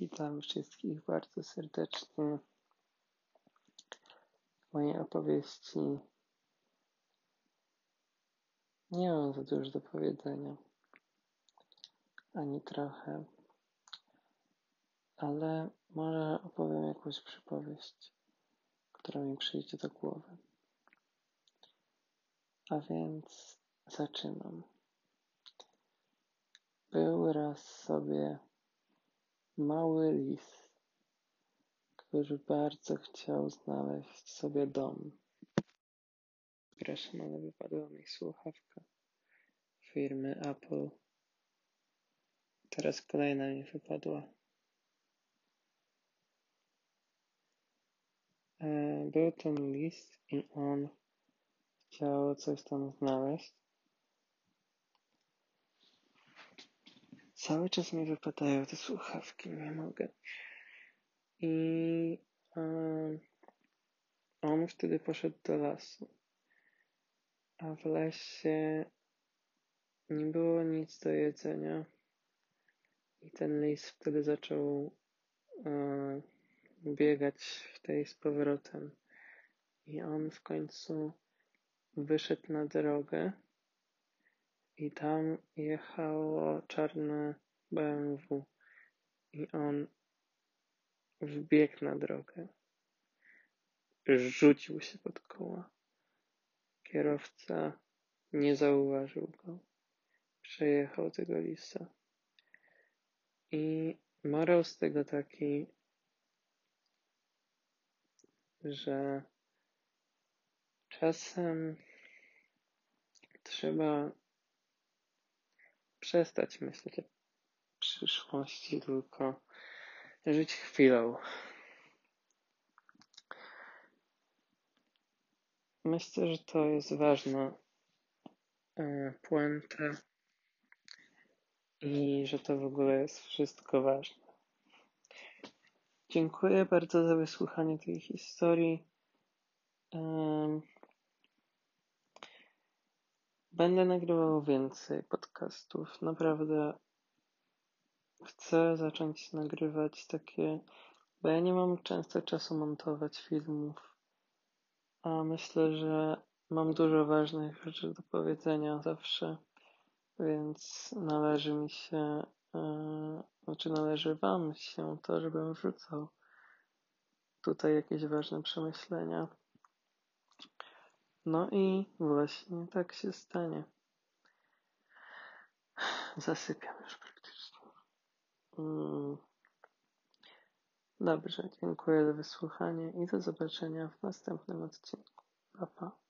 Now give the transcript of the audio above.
Witam wszystkich bardzo serdecznie w mojej opowieści. Nie mam za dużo do powiedzenia, ani trochę, ale może opowiem jakąś przypowieść, która mi przyjdzie do głowy. A więc zaczynam. Był raz sobie mały lis, który bardzo chciał znaleźć sobie dom. Przepraszam, ale wypadła mi słuchawka firmy Apple. Teraz kolejna mi wypadła. Był ten lis i on chciał coś tam znaleźć. Cały czas mi wypadają te słuchawki, nie mogę. I on wtedy poszedł do lasu. A w lesie nie było nic do jedzenia. I ten lis wtedy zaczął biegać w tej z powrotem. I on w końcu wyszedł na drogę i tam jechało czarne BMW. I on wbiegł na drogę. Rzucił się pod koła. Kierowca nie zauważył go. Przejechał tego lisa. I morał z tego taki, że czasem trzeba przestać myśleć o przyszłości, tylko żyć chwilą. Myślę, że to jest ważna puenta i że to w ogóle jest wszystko ważne. Dziękuję bardzo za wysłuchanie tej historii. Będę nagrywał więcej podcastów. Naprawdę chcę zacząć nagrywać takie, bo ja nie mam często czasu montować filmów, a myślę, że mam dużo ważnych rzeczy do powiedzenia zawsze, więc należy mi się, należy wam się to, żebym wrzucał tutaj jakieś ważne przemyślenia. No i właśnie tak się stanie. Zasypiam już praktycznie. Dobrze, dziękuję za wysłuchanie i do zobaczenia w następnym odcinku. Pa, pa.